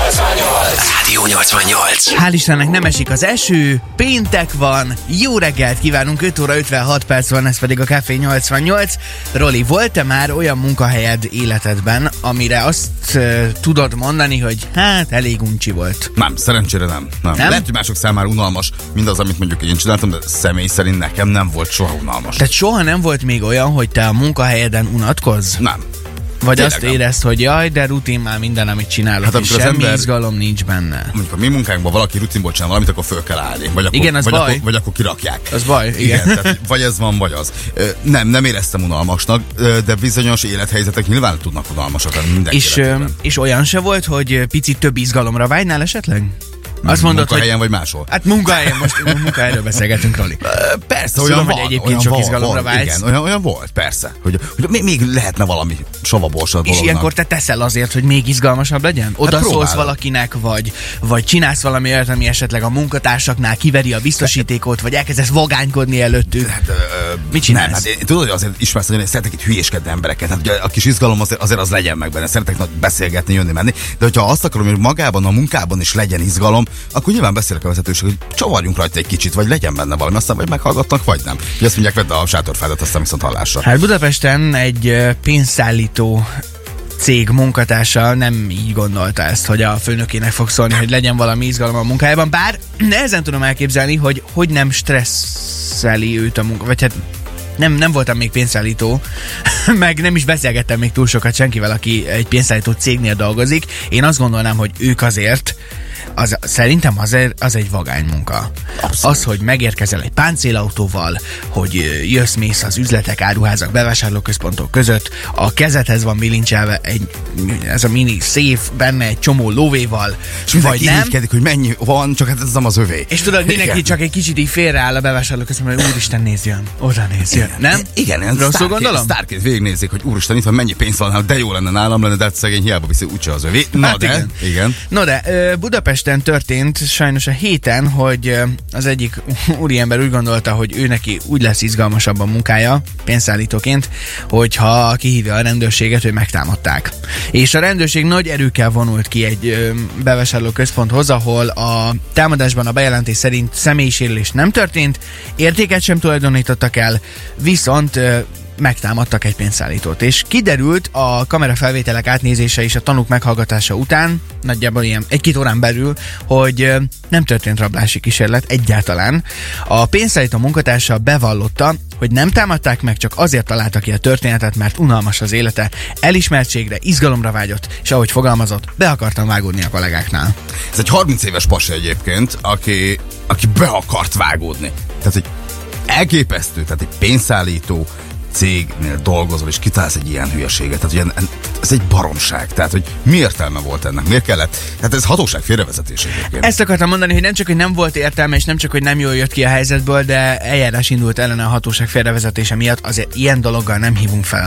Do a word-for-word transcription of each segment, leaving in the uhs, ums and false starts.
nyolcvannyolc. Rádió nyolcvannyolc. Hál' Istennek nem esik az eső, péntek van, jó reggelt kívánunk, öt óra ötvenhat perc van, ez pedig a Café nyolcvannyolc. Roli, volt-e már olyan munkahelyed életedben, amire azt uh, tudod mondani, hogy hát elég uncsi volt? Nem, szerencsére nem. nem. nem? Lehet, hogy mások számára unalmas mindaz, amit mondjuk én csináltam, de személy szerint nekem nem volt soha unalmas. Tehát soha nem volt még olyan, hogy te a munkahelyeden unatkozz? Nem. Vagy Tényleg azt nem. érezd, hogy jaj, de rutin már minden, amit csinálok, Hát és amikor az semmi ember- izgalom nincs benne. Mondjuk a mi munkánkban valaki rutinból csinál valamit, akkor föl kell állni. Vagy akkor, Igen, az vagy baj. Akkor, vagy akkor kirakják. Az baj, igen. Igen, tehát vagy ez van, vagy az. Ö, Nem, nem éreztem unalmasnak, ö, de bizonyos élethelyzetek nyilván tudnak unalmasak lenni mindenki És, ö, életében. és olyan se volt, hogy picit több izgalomra vágynál esetleg? Azt mondod, hogy... Munkahelyen vagy máshol. Hát munkahelyen, most munkahelyről beszélgetünk, Roli. Persze, Tudom, olyan hogy van, egyébként olyan sok van, izgalomra van, vágysz. Igen, olyan, olyan volt, persze. Hogy, hogy még, még lehetne valami savabors a És dolognak. ilyenkor te teszel azért, hogy még izgalmasabb legyen? Oda szólsz próbálom. valakinek, vagy, vagy csinálsz valami olyat, ami esetleg a munkatársaknál kiveri a biztosítékot, vagy elkezdesz vagánykodni előttük. Hát, ö, Mit csinálsz? Nem, hát én, tudod, hogy azért ismersz, hogy én szeretek itt hülyéskedni embereket. Hát ugye a kis izgalom azért, azért az legyen meg benne. Szeretek nagy beszélgetni, jönni, menni. De hogyha azt akarom, hogy magában, a munkában is legyen izgalom, akkor nyilván beszélek a vezetőség, hogy csavarjunk rajta egy kicsit, vagy legyen benne valami, aztán vagy meghallgatnak, vagy nem. Ugye azt mondják, vedd a sátorfádat, aztán viszont hallásra. Hát Budapesten egy ö, pénzszállító cég munkatársa nem így gondolta ezt, hogy a főnökének fog szólni, hogy legyen valami izgalom a munkájában, bár nehezen tudom elképzelni, hogy hogy nem stresszeli őt a munka, vagy hát nem, nem voltam még pénzszállító, meg nem is beszélgettem még túl sokat senkivel, aki egy pénzszállító cégnél dolgozik. Én azt gondolnám, hogy ők azért, az, szerintem azért az egy vagány munka. Abszolút. Az, hogy megérkezel egy páncélautóval, hogy ö, jössz-mész az üzletek, áruházak, bevásárlóközpontok között, a kezedhez van bilincselve egy, ez a mini széf, benne egy csomó lóvéval, És vagy mindenki nem. irigykedik, hogy mennyi van, csak hát ez nem az övé. És tudod, mindenki Igen. csak egy kicsit így félreáll a bevásárlóközpontban, hogy úristen, nézzen, oda nézzen. Nem? Igen, ilyen Rosszul sztárként- gondolom? Sztárként végignézik, hogy úristen, itt van mennyi pénz van, hát de jó lenne nálam lenne, de hát szegény hiába viszi úgyse az övé. Na Hát de, igen. igen. No de, ö, Budapesten történt sajnos a héten, hogy ö, az egyik úriember úgy gondolta, hogy ő neki úgy lesz izgalmasabb a munkája pénzszállítóként, hogyha kihívja a rendőrséget, hogy megtámadták. És a rendőrség nagy erőkkel vonult ki egy ö, bevásárlóközponthoz, ahol a támadásban a bejelentés szerint személyisérülés nem történt, értéket sem tulajdonítottak el, viszont ö, megtámadtak egy pénzszállítót. És kiderült a kamerafelvételek átnézése és a tanúk meghallgatása után, nagyjából ilyen egy-két órán belül, hogy ö, nem történt rablási kísérlet egyáltalán. A pénzszállító munkatársa bevallotta, hogy nem támadták meg, csak azért találta ki a történetet, mert unalmas az élete, elismertségre, izgalomra vágyott, és ahogy fogalmazott, be akartam vágódni a kollégáknál. Ez egy harminc éves pasi egyébként, aki, aki be akart vágódni. Tehát, hogy elképesztő, tehát egy pénzszállító cégnél dolgozol, és kitalálsz egy ilyen hülyeséget. Tehát, hogy ez egy baromság. Tehát, hogy mi értelme volt ennek? Miért kellett? Tehát ez hatóság félrevezetés egyébként. Ezt akartam mondani, hogy nem csak, hogy nem volt értelme, és nem csak, hogy nem jól jött ki a helyzetből, de eljárás indult ellene a hatóság félrevezetése miatt, azért ilyen dologgal nem hívunk fel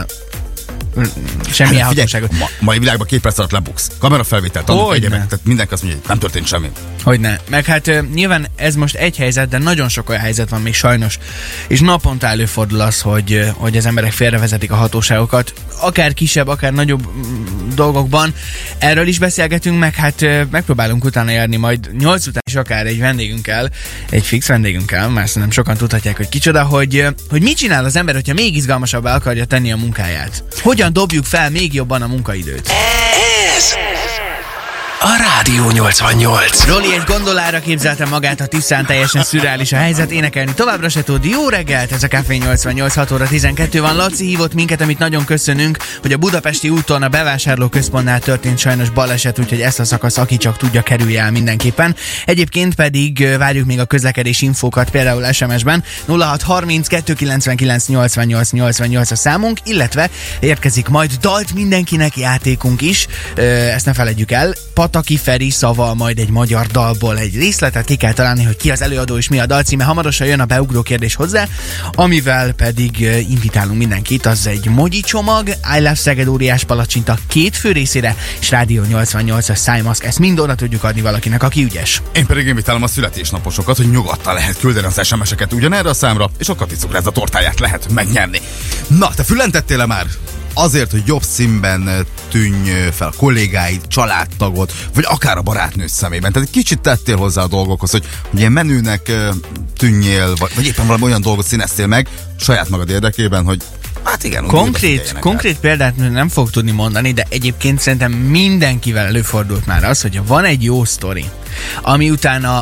semmilyen Hát figyelj, hatóságot. ma, mai világban két perc alatt lebuksz. Kamerafelvétel, tanúk, Hogyne. egyébként, tehát mindenki azt mondja, hogy nem történt semmi. Hogyne. Meg hát ö, nyilván ez most egy helyzet, de nagyon sok olyan helyzet van még sajnos. És naponta előfordul az, hogy, ö, hogy az emberek félrevezetik a hatóságokat, akár kisebb, akár nagyobb mm, dolgokban. Erről is beszélgetünk, meg hát ö, megpróbálunk utána járni majd nyolc után is akár egy vendégünkkel, egy fix vendégünkkel, már szerintem sokan tudhatják, hogy kicsoda, hogy, ö, hogy mit csinál az ember, hogyha még izgalmasabbá akarja tenni a munkáját. Hogyan dobjuk fel még jobban a munkaidőt? Ez a Rádió nyolcvannyolc. Roli egy gondolára képzelte magát, a tisztán teljesen szürreális a helyzet, énekelni továbbra se tud. Jó reggelt, ez a Café nyolcvannyolc, hat óra tizenkettő van. Laci hívott minket, amit nagyon köszönünk, hogy a budapesti úton a bevásárlóközpontnál történt sajnos baleset, úgyhogy ezt a szakasz, aki csak tudja, kerülje el mindenképpen. Egyébként pedig ö, várjuk még a közlekedési infókat, például es em es-ben nulla hat harminc kettő kilencvenkilenc nyolcvannyolc nyolcvannyolc a számunk, illetve érkezik majd dalt mindenkinek játékunk is, ö, ezt ne feledjük el. Pataki Feri szaval majd egy magyar dalból egy részletet, ki kell találni, hogy ki az előadó és mi a dalcíme. Hamarosan jön a beugró kérdés hozzá, amivel pedig uh, invitálunk mindenkit, az egy mogyi csomag, I Love Szeged óriás palacsinta két fő részére, és Rádió nyolcvannyolcas szájmaszk, ezt mind oda tudjuk adni valakinek, aki ügyes. Én pedig invitálom a születésnaposokat, hogy nyugodtan lehet küldeni az es em es-eket ugyanerre a számra, és a Kati cukrászda tortáját lehet megnyerni. Na, te fülentettél-e már? azért, hogy jobb színben tűnj fel kollégáid, családtagod, vagy akár a barátnő szemében. Tehát egy kicsit tettél hozzá a dolgokhoz, hogy, hogy ilyen menőnek tűnjél, vagy, vagy éppen valami olyan dolgot színeztél meg saját magad érdekében, hogy hát igen, konkrét, konkrét példát nem fogok tudni mondani, de egyébként szerintem mindenkivel előfordult már az, hogy van egy jó sztori, ami utána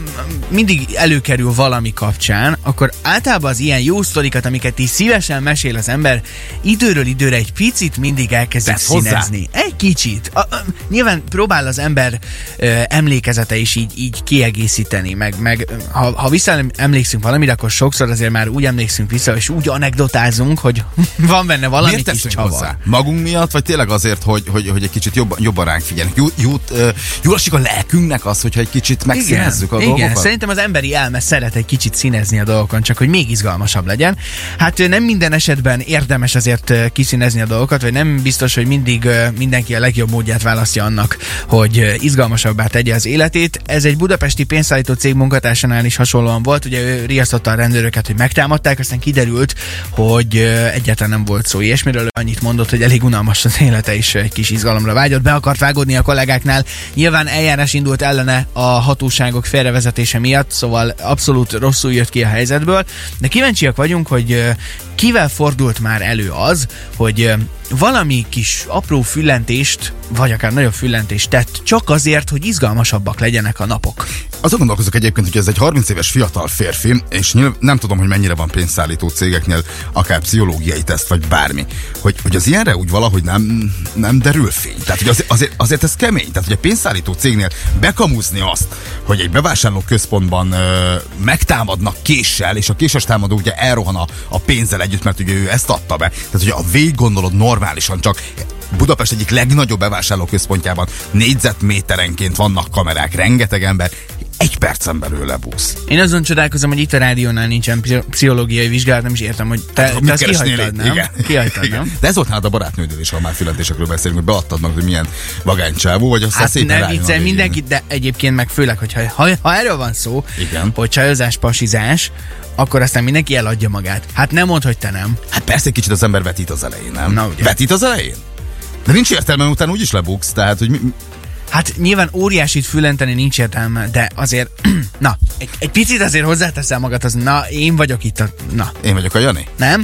mindig előkerül valami kapcsán, akkor általában az ilyen jó sztorikat, amiket így szívesen mesél az ember, időről időre egy picit mindig elkezdik színezni. Hozzá. Egy kicsit. A, a, nyilván próbál az ember ö, emlékezete is így, így kiegészíteni, meg, meg ha, ha visszaemlékszünk valamire, akkor sokszor azért már úgy emlékszünk vissza, és úgy anekdotázunk, hogy van benne valami miért kis csavar. Hozzá? Magunk miatt, vagy tényleg azért, hogy, hogy, hogy egy kicsit jobb, jobban ránk figyelnek? Jó, jót, uh, jól esik a lelkünknek az, hogyha egy kicsit megszínezzük a igen, dolgokat? Igen, szerintem az emberi elme szeret egy kicsit színezni a dolgokon, csak hogy még izgalmasabb legyen. Hát nem minden esetben érdemes azért kiszínezni a dolgokat, vagy nem biztos, hogy mindig mindenki a legjobb módját választja annak, hogy izgalmasabbá tegye az életét. Ez egy budapesti pénzszállító cég munkatársánál is hasonlóan volt. Ugye ő riasztotta a rendőröket, hogy megtámadták, aztán kiderült, hogy egyáltalán nem volt szó ilyesmiről. Annyit mondott, hogy elég unalmas az élete, is egy kis izgalomra vágyott, be akart vágódni a kollégáknál. Nyilván eljárás indult ellene a hatóságok félrevezetése miatt, szóval abszolút rosszul jött ki a helyzetből, de kíváncsiak vagyunk, hogy kivel fordult már elő az, hogy valami kis apró füllentést, vagy akár nagyobb füllentést tett, csak azért, hogy izgalmasabbak legyenek a napok. Azon gondolkozok egyébként, hogy ez egy harminc éves fiatal férfi, és nyilv, nem tudom, hogy mennyire van pénzszállító cégeknél, akár pszichológiai teszt, vagy bármi, hogy, hogy az ilyenre úgy valahogy nem, nem derül fény. Tehát, hogy azért, azért, azért ez kemény. Tehát, hogy a pénzszállító cégnél bekamuzni azt, hogy egy bevásárló központban ö, megtámadnak késsel, és a késes támadó ugye elrohan a, a pénzzel együtt, mert ugye ő ezt adta be. Tehát, hogy a végig gondolod normálisan, csak Budapest egyik legnagyobb bevásárlóközpontjában négyzetméterenként vannak kamerák, rengeteg ember, egy percen belül lebúsz. Én azon csodálkozom, hogy itt a rádiónál nincsen pszichológiai vizsgálat, nem is értem, hogy te, hát, te azt kihagytad, nem? Igen. Kihagytad, Igen. nem? De ez volt nálad a barátnődől is, ha már fülentésekről beszélünk, hogy beadtad meg, hogy milyen vagánycsávú, vagy aztán hát szépen nem viccelj mindenkit, de egyébként meg főleg, hogyha ha, ha erről van szó, igen, hogy csajozás, pasizás, akkor aztán mindenki eladja magát. Hát nem mondd, hogy te nem. Hát persze egy kicsit az ember vetít az elején, nem? Na, ugye. Vetít az elején? De nincs értelme, utána úgyis lebuksz, tehát, hogy mi... Hát nyilván óriásit fülenteni nincs értelme, de azért, na, egy, egy picit azért hozzáteszel magad, az, na, én vagyok itt a, na. Én vagyok a Jani? Nem?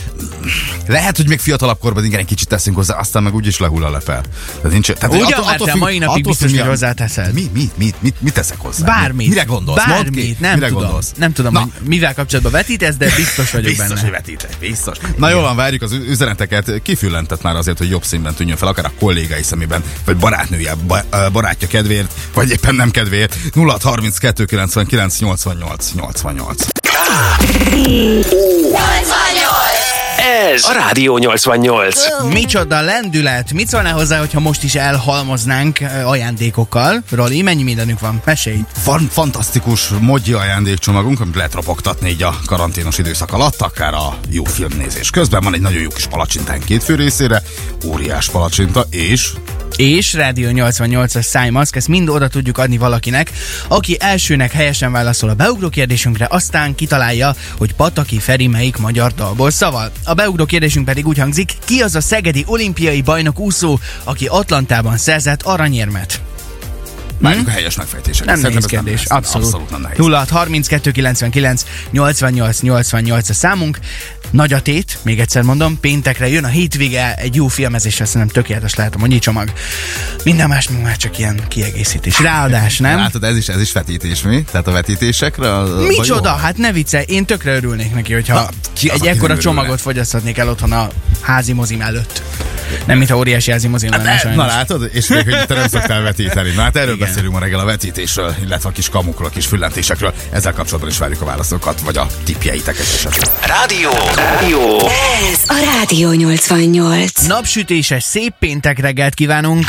Lehet, hogy még fiatalabb korban igen, egy kicsit teszünk hozzá, aztán meg úgyis lehull a lepel. Tehát nincs, tehát ugyan, attól, attól te függ, mai napig biztos, hogy hozzáteszed. Mi, mi, mi, mit, mit teszek hozzá? Bármit. Mire gondolsz? Bármit, nem Mire tudom. Gondolsz? Nem tudom, na, hogy mivel kapcsolatban vetítesz, de biztos vagyok biztos, benne. Biztos, hogy vetítesz, biztos. Na jól van, várjuk az üzeneteket. Kifülentett már azért, hogy jobb színben tűnjön fel, akár a kollégái szemében, vagy barátnője, barátja kedvéért, vagy éppen nem kedvéért. nulla harminckettő kilencvenkilenc nyolcvannyolc nyolcvannyolc. Ez a Rádió nyolcvannyolc. Micsoda lendület! Mit szólnál hozzá, hogyha most is elhalmoznánk ajándékokkal? Roli, mennyi mindenünk van? Mesélj! Van fantasztikus mogyi ajándékcsomagunk, amit lehet ropogtatni így a karanténos időszak alatt, akár a jó filmnézés közben. Van egy nagyon jó kis palacsintánk két fő részére, óriás palacsinta, és... és Rádió nyolcvannyolcas szájmaszk, ezt mind oda tudjuk adni valakinek, aki elsőnek helyesen válaszol a beugró kérdésünkre, aztán kitalálja, hogy Pataki Feri melyik magyar dalból szaval. A beugró kérdésünk pedig úgy hangzik, ki az a szegedi olimpiai bajnok úszó, aki Atlantában szerzett aranyérmet? Várjuk hmm? a helyes megfejtéseket. Nem nehéz kérdés, nem abszolút. abszolút nem nehéz. nulla harminckettő kilencvenkilenc nyolcvannyolc nyolcvannyolc a számunk. Nagy a tét, még egyszer mondom, péntekre jön a hétvége, egy jó filmezésre szerintem tökéletes lehet a mogyi csomag. Minden más még már csak ilyen kiegészítés. Ráadás, nem? Látod, ez is, ez is vetítés, mi? Tehát a vetítésekre? A, a Micsoda? Hát ne viccelj, én tökre örülnék neki, hogyha na, ki az, egy ekkora csomagot fogyaszthatnék el otthon a házi mozim előtt. Nem, mintha óriási házi mozim lenne hát, sajnos. Na látod? És még, hogy te nem szoktál vetíteni. Na hát erről igen. Beszélünk ma reggel a vetítésről, illetve a kis kamukról, a kis füllentésekről. Ezzel kapcsolatban is várjuk a válaszokat, vagy a tippjeiteket esetleg. Rádió! Rádió! Ez a Rádió nyolcvannyolc. Napsütéses, szép péntek reggelt kívánunk!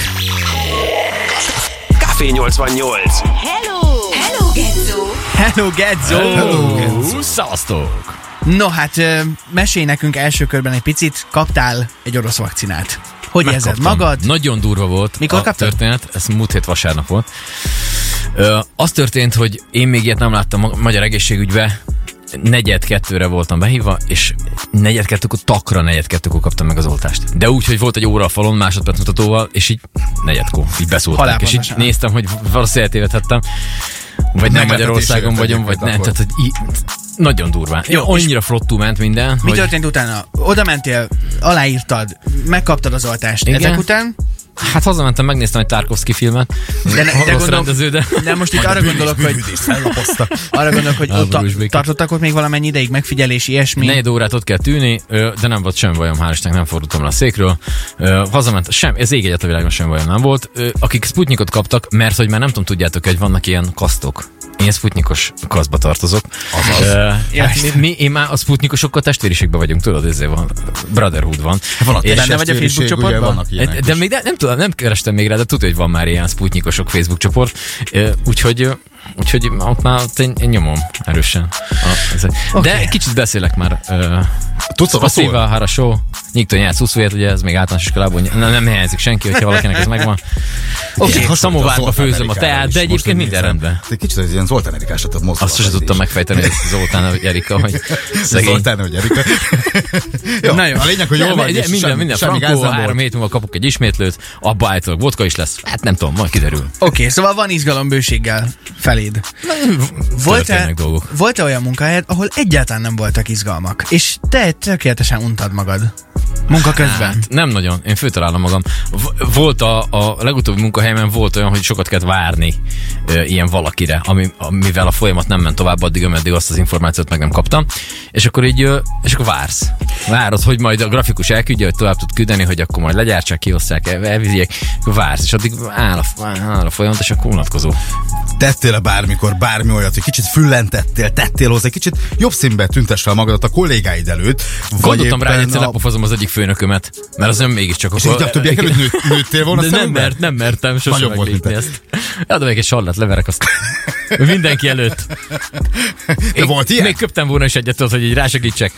Café nyolcvannyolc! Hello! Hello, Gedzo! Hello, Gedzo! Hello, Gedzo! Szasztok! No hát, mesélj nekünk első körben egy picit, kaptál egy orosz vakcinát. Hogy Megkaptam. érzed magad? Nagyon durva volt. Mikor a kaptad? történet, ez múlt hét vasárnap volt. Ö, az történt, hogy én még ilyet nem láttam a magyar egészségügybe, negyed kettőre voltam behívva, és negyed kettőkor, takra negyed kettőkor kaptam meg az oltást. De úgy, hogy volt egy óra a falon, másodperc mutatóval, és így negyedkor, így beszólták, és így néztem, hogy valószínűleg tévedhettem, vagy nem Magyarországon vagyom, vagy nem, tehát hogy í- nagyon durván. Jó, annyira flottú ment minden. Mi hogy... történt utána? Oda mentél, aláírtad, megkaptad az oltást. Igen? Ezek után? Hát hazamentem, megnéztem egy Tarkovsky filmet. De, ne, de, gondol, rendező, de... de most itt arra gondolok, hogy arra gondolok, hogy ott ta, tartottak ott még valamennyi ideig megfigyelés, ilyesmi. Negyed órát ott kell tűni, de nem volt semmi bajom, hál' Istennek, nem fordultam le a székről. Hazament, sem, ez ég egyet a világon semmi bajom nem volt. Akik Sputnikot kaptak, mert hogy már nem tudom, tudjátok, hogy vannak ilyen kasztok. Én Sputnikos kaszba tartozok. Azaz. Uh, hát mi, mi, én már a Sputnikosokkal testvériségben vagyunk, tudod, ezért van. Brotherhood van. Van benne vagy a Facebook csoportban? De, de még de, nem tudom, nem kerestem még rá, de tudja, hogy van már ilyen Sputnikosok Facebook csoport. Uh, úgyhogy Úgyhogy ott már én, én nyomom erősen. A, okay. De kicsit beszélek már. Uh, Tudsz a Szíva, Harasó, Nyíkton nyelv szuszúját, ugye ez még általános iskolában nem, nem helyezik senki, hogyha valakinek ez megvan. Oké, okay. Szamovárba főzöm a teát, de egyébként minden rendben. Te kicsit az ilyen Zoltán Erikásat mozgó. Azt sem tudtam megfejteni, hogy Zoltán Erika, hogy szegény. Zoltán, hogy Erika. Jó, na jó. A lényeg, hogy jól van. Minden, minden frankó, három hét múlva kapok egy ismétlőt, abba állítólag vodka is lesz. Hát nem tudom, majd kiderül. Oké, okay, szóval van izgalombőséggel feléd. Volt-e, volt-e olyan munkahelyed, ahol egyáltalán nem voltak izgalmak, és te tökéletesen untad magad munka közben? Hát, nem nagyon, én főtalálom magam. Volt a, a legutóbbi munkahelyemen volt olyan, hogy sokat kellett várni e, ilyen valakire, ami, amivel a folyamat nem ment tovább addig, ameddig azt az információt meg nem kaptam. És akkor így, és akkor vársz. Várod, hogy majd a grafikus elküldje, hogy tovább tud küldeni, hogy akkor majd legyártsák, kiosztják, elvigyék, vársz, és addig áll a, áll a folyamat, és akkor unatkozó. Tettél-e bármikor bármi olyat, hogy kicsit füllentettél, tettél hozzá, kicsit jobb színbe tüntess fel magadat a kollégáid előtt? Gondoltam rá, hogy egyszer a... lepofozom az egyik főnökömet, mert az nem mégiscsak akkor... És így a többiek előtt nőtt, nőttél volna de nem, mert, nem mertem sosem meglépni ezt. Adom egy sallát, leverek azt. Mindenki előtt. De volt ilyen? Még köptem volna is egyet, hogy így rásegítsek.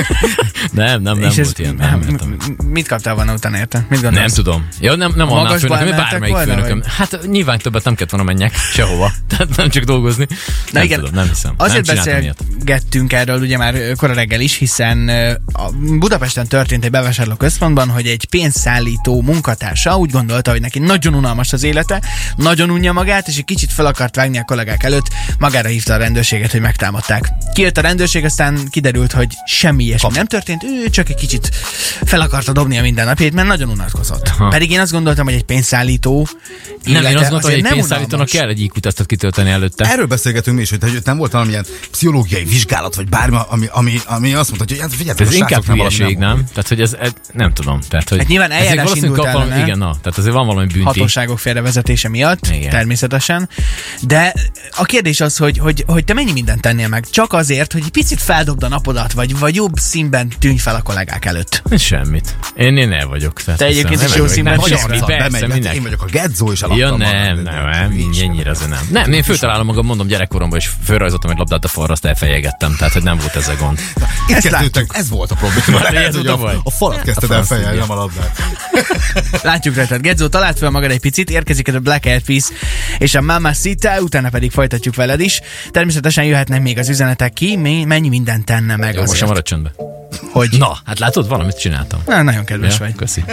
Nem, nem, nem és volt ilyen. Nem, nem, mit kaptál volna utána érte? Mit gondolsz? Nem tudom. Ja, nem, nem annál főnököm, bármelyik főnököm. Vagy? Hát nyilván többet nem kellett volna menjek sehova. Tehát nem csak dolgozni. Na nem igen, tudom, nem hiszem. Azért beszélgettünk erről ugye már kora reggel is, hiszen a Budapesten történt egy bevásárlóközpontban, hogy egy pénzszállító munkatársa úgy gondolta, hogy neki nagyon unalmas az élete, nagyon unja magát, és egy kicsit fel akart vágni a kollégák előtt, magára hívta a rendőrséget, hogy megtámadták. Kijött a rendőrség, aztán kiderült, hogy semmi ilyesmi nem történt, ő csak egy kicsit fel akarta dobni a mindennapjait, mert nagyon unatkozott. Aha. Pedig én azt gondoltam, hogy egy pénzszállító nem, én azt gondoltam, hogy egy pénzszállítónak kell egy í kú-tesztet kitölteni előtte. Erről beszélgetünk mi is, hogy nem volt valamilyen pszichológiai vizsgálat, vagy bármi, ami, ami, ami azt mondta, hogy hát figyeljetek, ez inkább hülyeség, nem? nem? Tehát, hogy ez, ez, nem tudom. Tehát, hogy hát nyilván eljárás indult ellene. Valami, igen, na, tehát azért van valami bünti. Hatóságok félrevezetése miatt, igen. Természetesen. De a kérdés az, hogy, hogy, hogy te mennyi mindent tennél meg? Csak azért, hogy egy picit feldobd a napodat, vagy, vagy jobb színben tűnj fel a kollégák előtt. Semmit. Én, én el vagyok. Te egyébként is jó színben semmit. Persze, én vagyok a Gedzó, és ja, nem, nem, nem, ennyire az nem. Nem, én főtalálom magam, mondom gyerekkoromban, és fölrajzoltam egy labdát a falra, azt elfejegettem, tehát hogy nem volt ez a gond. Ez, ez volt a probléma. Ez ez a, a falat kezdted el fejelni, nem a labdát. Látjuk rajtad. Gedzó, találd fel magad egy picit, érkezik a Black Eyed Peas és a Mamacita, utána pedig folytatjuk veled is. Természetesen jöhetnek még az üzenetek ki, mennyi mindent tenne meg. Jó, most sem maradj csöndbe. Hogy? Na, hát látod, valamit csináltam. Na, nagyon kedves ja, vagy. Köszi.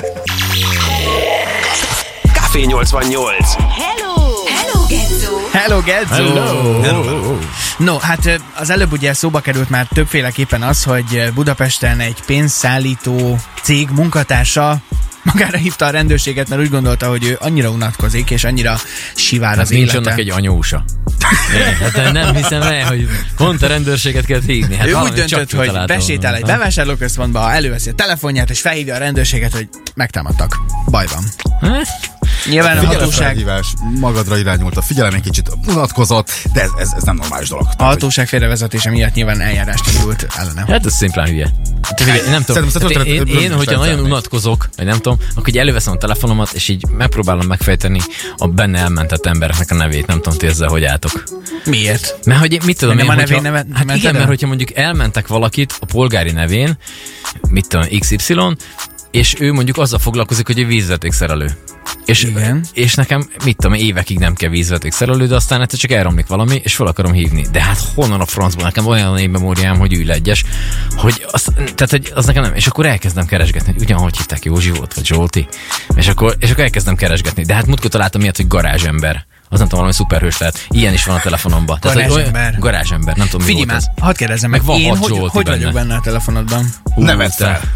Café nyolcvannyolc. Hello! Hello, Gedzó! Hello, Gedzó! Hello. Hello. No, hát az előbb ugye szóba került már többféleképpen az, hogy Budapesten egy pénzszállító cég munkatársa magára hívta a rendőrséget, mert úgy gondolta, hogy ő annyira unatkozik, és annyira sivár hát az nincs élete. Nincs annak egy anyósa. Hát nem hiszem el, hogy pont a rendőrséget kell hívni. Hát ő úgy döntött, hogy besétál egy bevásárlóközpontba, előveszi a telefonját, és felhívja a rendőrséget, hogy megtámadtak. Baj van. Nyilván a hatóság... magadra irányult, a figyelem egy kicsit unatkozott, de ez, ez, ez nem normális dolog. A hatóság félrevezetése miatt nyilván eljárást indult ellene. Hát ez szimplán hülye. Figyelj, nem tudom, én, én, én hogyha nagyon unatkozok, vagy nem tudom, akkor így előveszem a telefonomat, és így megpróbálom megfejteni a benne elmentett embereknek a nevét. Nem tudom, ti ezzel hogy álltok. Miért? Mert hogy mit tudom nem én, a hogyha, nevén neve, hát igen, mert hogyha mondjuk elmentek valakit a polgári nevén, mit tudom, iksz ipszilon, és ő mondjuk azzal foglalkozik, hogy egy vízvezetékszerelő. És, Igen. és nekem, mit tudom, évekig nem kell vízveték szerelő, de aztán egyszer csak elromlik valami, és fel akarom hívni. De hát honnan a francból nekem olyan névmemóriám, hogy ül egyes, hogy az, tehát, hogy az nekem nem. És akkor elkezdem keresgetni, hogy ugyan hogy hívták, Józsi volt, vagy Zsolti. És akkor, és akkor elkezdem keresgetni. De hát múltkor találtam ilyet, hogy garázsember. Az nem tudom, valami szuperhős lehet. Ilyen is van a telefonomban. Garázsember. Garázsember, nem tudom, mi Figyelj volt már, az. hadd kérdezzem Meg meg, van én hat hogy, Zsolti hogy benne. vagyok benne a telefonodban? Hú, Nevetsz te- fel.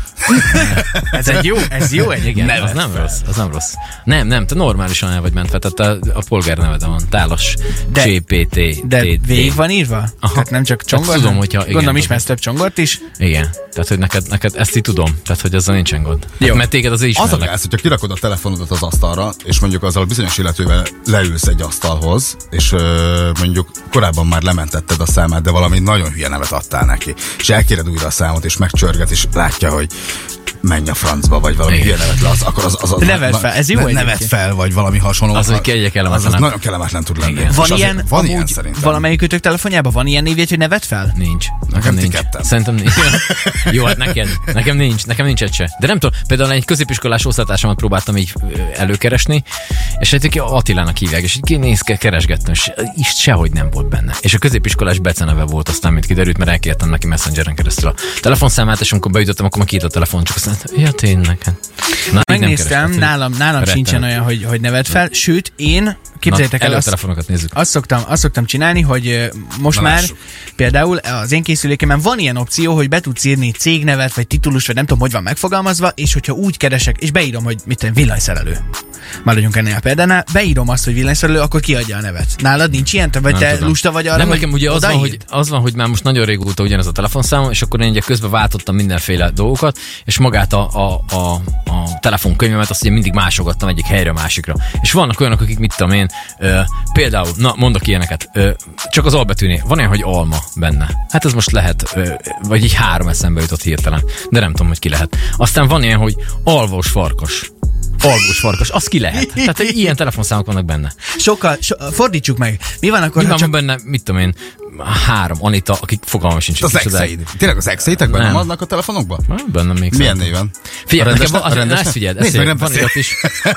Ez egy jó, ez jó egy Igen, nevet az nem fel. rossz, az nem rossz. Nem, nem, te normálisan el vagy mentve, tehát a, a polgár nevede van. Tálas. De- cé pé té. De végig van írva? Aha. Tehát nem csak csongor? Hát tudom, hanem- hogyha- igen, Gondolom tudom. ismersz több csongort is. Igen. Tehát, hogy neked, neked ezt így tudom. Tehát, hogy ezzel nincsen gond. Jó. Hát, mert téged azért Az a ismerlek. gáz, hogyha kirakod a telefonodat az asztalra, és mondjuk azzal a bizonyos illetővel leülsz egy asztalhoz, és ö, mondjuk korábban már lementetted a számát, de valami nagyon hülye nevet adtál neki. És elkéred újra a számot, és megcsörget, és látja, hogy menj a francba, vagy valami Igen. hülye nevet le, az, akkor az... az, az Nevet fel, ez jó ne, egyébként. Nevet fel, vagy valami hasonló. Az, hogy egy az, kellemetlen. az nagyon kellemetlen tud lenni. Igen. És Van azért- ilyen, van ilyen amúgy szerintem. valamelyikőtök telefonjában? Van ilyen névjegy, hogy nevet fel? Nincs. Nekem Nekem ti nincs. ketten. Szerintem nincs. Jó, hát neked. Nekem nincs. Nekem nincs egy se. De nem tudom, például egy középiskolás osztálytársamat próbáltam így ö, előkeresni, és egy Attilának hívják, és így kinéz keresgettem, és is sehogy nem volt benne. És a középiskolás beceneve volt, aztán mint kiderült, mert elkértem neki Messengeren keresztül a telefonszámát, és amikor beütöttem, akkor megkírt a telefon, csak aztán, ja tényleg. Hát. Na, így nem Megnéztem, kerestem, nálam, nálam rettenet. sincsen olyan, hogy, hogy nevet fel, sőt, én, képzeljétek Na, el, azt, előtelefonokat nézzük. azt, szoktam, azt szoktam csinálni, hogy ö, most Na, már lássuk. például az én készülékemen van ilyen opció, hogy be tudsz írni cégnevet, vagy titulust, vagy nem tudom, hogy van megfogalmazva, és hogyha úgy keresek, és beírom, hogy mit tudom, villanyszerelő. Maradjunk ennél a példánál, beírom azt, hogy villanyszerelő, akkor kiadja a nevet. Nálad nincs ilyen? Te, vagy Nem te tudom. lusta vagy arra, Nem, hogy nekem ugye az van, odaírd? hogy, az van, hogy már most nagyon régóta ugyanez a telefonszámom, és akkor én ugye közben váltottam mindenféle dolgokat, és magát a, a, a, a telefonkönyvemet azt ugye mindig másogattam egyik helyre a másikra. És vannak olyanok, akik mit tudom én, ö, például, na mondok ilyeneket, ö, csak az albetűnél, van olyan, hogy alma benne. Hát ez most lehet, ö, vagy így három eszembe jutott hirtelen, de nem tudom, hogy ki lehet. Aztán van ilyen, hogy alvós farkas. Alvós farkas, az ki lehet. Tehát hogy ilyen telefonszámok vannak benne. Sokkal, so, fordítsuk meg. Mi van akkor, Nyilván ha van csak... benne, mit tudom én, három Anita, akik fogalmam sincs. Az hogy kicsoda. exeid. Tényleg az exeitek benne Nem. vannak a telefonokban? Van benne még Milyen szerintem. néven? Figyelj, A rendes nekem van, ne- a rendes ezt ne- figyeld, Nézd ezt meg, figyeld, nem van irat is.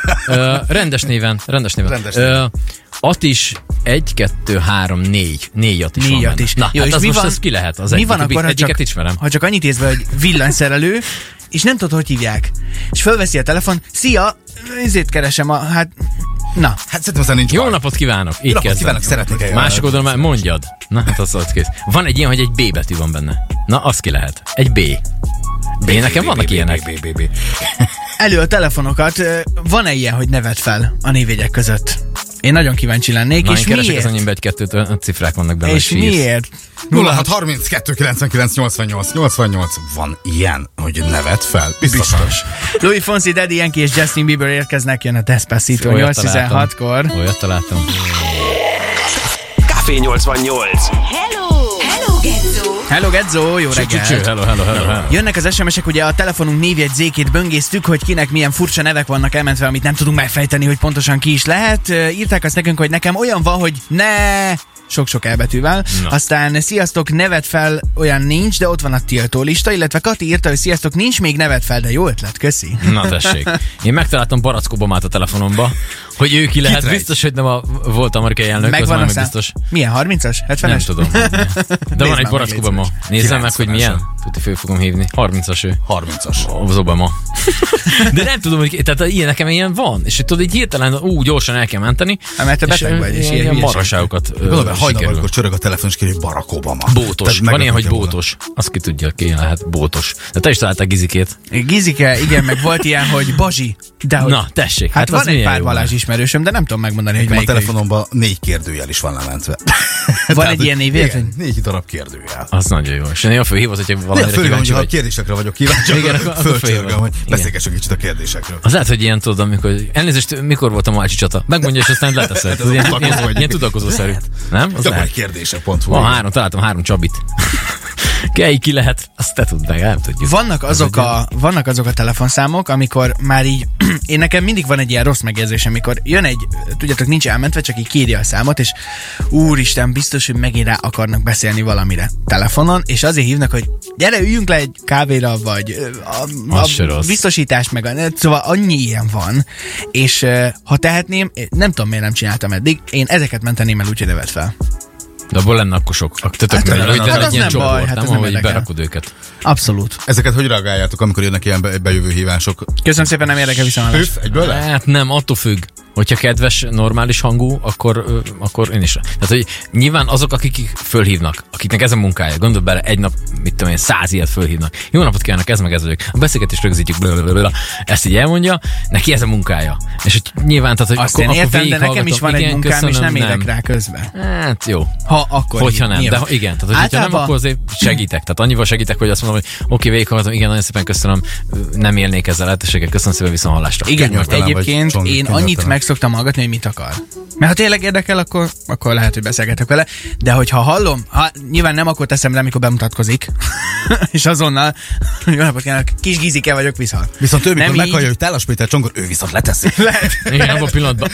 Ö, rendes néven, rendes néven. Rendes Ö, Atis egy, kettő, három, négy. Négy Atis van Négyat benne. is. Na, Jó, hát és az mi most van- ez ki lehet? Az Mi egyik, van akkor, ha egyiket csak, ismerem. ha csak annyit érsz be, hogy villanyszerelő, és nem tudod, hogy hívják. És fölveszi a telefon, szia, ezért keresem a, hát, na. Hát szerintem aztán nincs Jó baj. napot kívánok! Így napot kezdem. kívánok, szeretnék eljönni. Másik oldalon már mondjad. Na, hát az az kész. Van egy ilyen, hogy egy B betű van benne. Na, az ki lehet. Egy B. B, nekem vannak ilyenek. B, B, B, B. Elő a telefonokat, ö, van-e ilyen, hogy nevet fel a névjegyek között? Én nagyon kíváncsi lennék, Na, én és keresek az miért? enyémbe egy-kettőt, a cifrák vannak benne. És hogy sírsz. miért? nulla hat harminckettő kilencvenkilenc nyolcvannyolc nyolcvannyolc. Van ilyen, hogy nevet fel? Biztosan. Biztos. Louis Fonsi, Daddy Yankee és Justin Bieber érkeznek, jön a Despacito Olyat nyolc tizenhatkor. Olyat találtam. Café nyolcvannyolc. Hello! Hello, Gezzó! Hello, Gezzó, jó Cső, reggelt! hello, hello, hello, hello. Jönnek az es em esek, ugye a telefonunk névjegyzékét böngésztük, hogy kinek milyen furcsa nevek vannak elmentve, amit nem tudunk megfejteni, hogy pontosan ki is lehet. Ö, Írták azt nekünk, hogy nekem olyan van, hogy ne sok-sok elbetűvel. Na. Aztán sziasztok, nevet fel, olyan nincs, de ott van a tiltó lista, illetve Kati írta, hogy sziasztok, nincs még nevet fel, de jó ötlet, köszi. Na tessék. Én megtaláltam Barack Obamát a telefonomba, hogy ő ki lehet. rejt? Biztos, hogy nem a volt amerikai elnök, az Megvan már a szám. biztos. Milyen, harmincas? Nem hetvenes? tudom. De van már egy meg, Barack légy Obama. Nézzem meg, hogy milyen. kilencvenes. Tuti föl fogom hívni. harmincas ő. harmincas. Az Obama. De nem tudom, hogy tehát ilyen nekem ilyen van. És hogy tudod, így hirtelen ú, gyorsan el kell menteni. Hát, mert te és beteg vagy, és ilyen, ilyen ilyen hülyeség. marhaságokat ö, Gondolom, hajnal sikerül. amikor csörög a telefon, és kéri Barack Obama. Bótos. Tehát Van ilyen, hogy meglepődtem volna. bótos. Azt ki tudja, ki lehet bótos. De te is találtál Gizikét. Gizike, igen, meg volt ilyen, hogy Bazsi. De hogy... Na, tessék. Hát, Hát, van az egy milyen pár jó Balázs volt. ismerősöm, de nem tudom megmondani, hogy A melyik. telefonomban négy kérdőjel is van lementve. Van egy ilyen névjegy, Igen, hogy- négy darab kérdőjel. Az nagyon jó. És néha fölhívod, hogyha Néha valamire fölhívom, kíváncsi hogy ha a vagy. kérdésekre vagyok kíváncsi, Igen, akkor akkor- akkor fölcsörgöm, fölhívom. hogy Igen. beszélgessünk kicsit a kérdésekről. Az lehet, hogy ilyen tudom, amikor... Elnézést, mikor volt a Malcsi csata? Megmondja, és aztán leteszed. Hát ez ilyen, tudakozó ilyen, vagy. ilyen tudakozószerű. Nem? Az Gyakori lehet. kérdések pont. Van három, találtam három Csabit. Ki, ki lehet, azt te tudd meg, nem tudjuk. Vannak azok, a, vannak azok a telefonszámok, amikor már így, én nekem mindig van egy ilyen rossz megérzésem, amikor jön egy, tudjátok, nincs elmentve, csak így kírja a számot, és úristen, biztos, hogy megint rá akarnak beszélni valamire telefonon, és azért hívnak, hogy gyere, üljünk le egy kávéra, vagy a, a biztosítás, meg a, szóval annyi ilyen van, és ha tehetném, nem tudom, miért nem csináltam eddig, én ezeket menteném el, úgyhogy nevet fel. De abból lenne akkor sok. Tötök Hát, hát, hát, hát, hát egy ilyen nem baj, csoport, hát nem, ez nem ahogy érdekel. berakod őket. Abszolút. Ezeket hogy reagáljátok, amikor jönnek ilyen be- bejövő hívások? Köszönöm szépen, nem érdekel viszont. Püff, egyből le? Hát nem, attól függ. Hogyha kedves, normális hangú, akkor, ö, akkor én is. Tehát, hogy nyilván azok, akik fölhívnak, akiknek ez a munkája, gondolj bele, egy nap, mit tudom én, száz ilyet fölhívnak. Jó napot kívánok, ez meg ez vagyok. A beszélgetést rögzítjük, blablabla. Ezt így elmondja, neki ez a munkája. És hogy nyilván, tehát, hogy Azt akkor, én értem, akkor de nekem is van igen, egy munkám, köszönöm, és nem nem érek rá közben. Hát jó. Ha akkor Hogyha így, nem, nyilván. de igen, tehát hogyha nem, akkor azért segítek. Tehát annyival segítek, hogy azt mondom, hogy oké, okay, végighallgatom, igen, nagyon szépen köszönöm, nem élnék ezzel lehetőséget, köszönöm szépen, viszont hallásra. Igen, Könyörtelen egyébként vagy, Csong, én könyörtelen. annyit meg szoktam hallgatni, hogy mit akar. Mert ha tényleg érdekel, akkor, akkor lehet, hogy beszélgetek vele. De hogyha hallom, ha, nyilván nem akkor teszem le, amikor bemutatkozik. És azonnal, jó napot kívánok, kis Gizike vagyok, viszont. Viszont ő, mikor Nem így. meghallja, hogy Tálas Péter Csongor, ő viszont leteszi. Lehet. Igen, abban a pillanatban.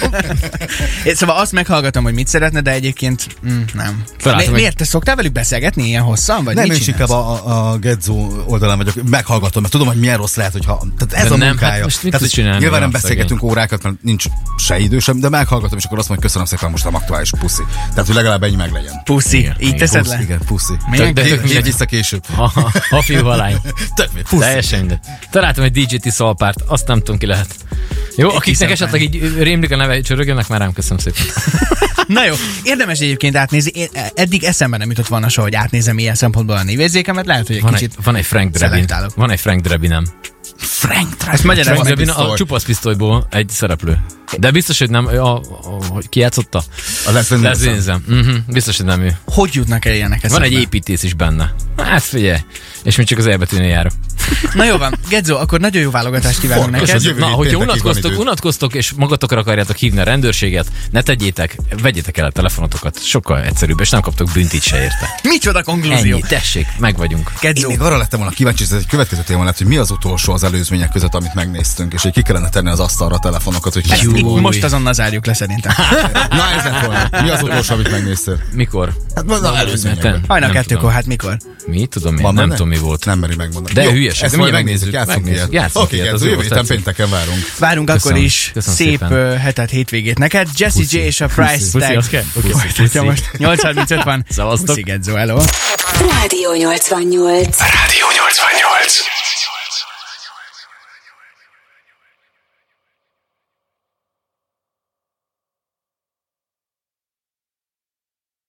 É, Szóval azt meghallgatom, hogy mit szeretne, de egyébként mm, nem. Felálltam Mi, egy- miért? Te szoktál velük beszélgetni ilyen hosszan? Vagy Nem, mit én is csinálsz? inkább a, a Gedzó oldalán vagyok, meghallgatom, mert tudom, hogy milyen rossz lehet, hogyha... Tehát ez De a nem, munkája. hát most mit tehát, tud csinálni nyilván nem olyan beszélgetünk órákat, mert nincs se idősem, de meghallgatom, és akkor azt mondja, köszönöm szépen, most nem aktuális puszi. Tehát, hogy legalább ennyi meg legyen. Puszi. Igen, Így igen. teszed Puszi, le? igen, puszi. Milyen- De tök Hív mindegy. vissza később. Ha, ha fiú, ha lány. Tök mi, puszi. Teljesen mindegy. Találtam egy dé jé Tiszalpárt, azt nem tudom ki lehet. Jó, akiknek Tiszalpár. esetleg így rémlik a neve, csörögjenek már rám, köszönöm szépen. Na jó, érdemes egyébként átnézni. Én eddig eszembe nem jutott volna soha, hogy átnézem ilyen szempontból a névérzékemet. Lehet, hogy egy Van kicsit... egy, van egy Frank Drebin. szelektálok. Van egy Frank Drebinem. Frank Ezt magyarázd Frank meg. Drebin a pisztoly. csupasz pisztolyból egy szereplő. De biztos, hogy nem, a, a, hogy ki játszotta? A Leslie Nielsen. Leslie uh-huh, biztos, hogy nem ő. Hogy jutnak el ilyenek Van eszembe? egy építész is benne. Hát figyelj, és még csak az elbetűnél járok. Na jó van, Gedzo, akkor nagyon jó válogatást kívánunk Fontos, neked. hogy jövő Na, hét hogyha péntekig van unatkoztok, idő. unatkoztok, és magatokra akarjátok hívni a rendőrséget, ne tegyétek, vegyétek el a telefonotokat. Sokkal egyszerűbb, és nem kaptok büntit se érte. Micsoda konklúzió. Ennyi, tessék, meg vagyunk. Én Gedzo, még arra lettem volna kíváncsi, hogy ez egy következő téma lett, hogy mi az utolsó az előzmények között, amit megnéztünk, és hogy ki kellene tenni az asztalra a telefonokat, hogy ezt Jó. így most azonnal zárjuk le szerintem. Na ez lett volna. Mi az utolsó, amit megnéztél? Mikor? Hát mondom, Ten. előzményekben. Hajnal Nem kettőkor, tudom. hát mikor? Mi? Tudom én, Van nem benne? tudom mi volt. Nem meri megmondani. De Jó, hülyeség, ezt de majd mindjárt megnézzük, megnézzük, játszunk megnézzük. ilyet. Játszunk Oké, ilyet, okay, az jó, jövő az héten tetszik. pénteken várunk. Várunk Köszönöm. akkor is Köszönöm szép szépen. ö, hetet, hétvégét neked. Jessie J és a Price Puszi, Tag. az kell? Oké, Folytatja puszi. most. nyolc harmincöt van. Szevasztok. Puszi, Gedzo, hello. Rádió nyolcvannyolc. Rádió nyolcvannyolc.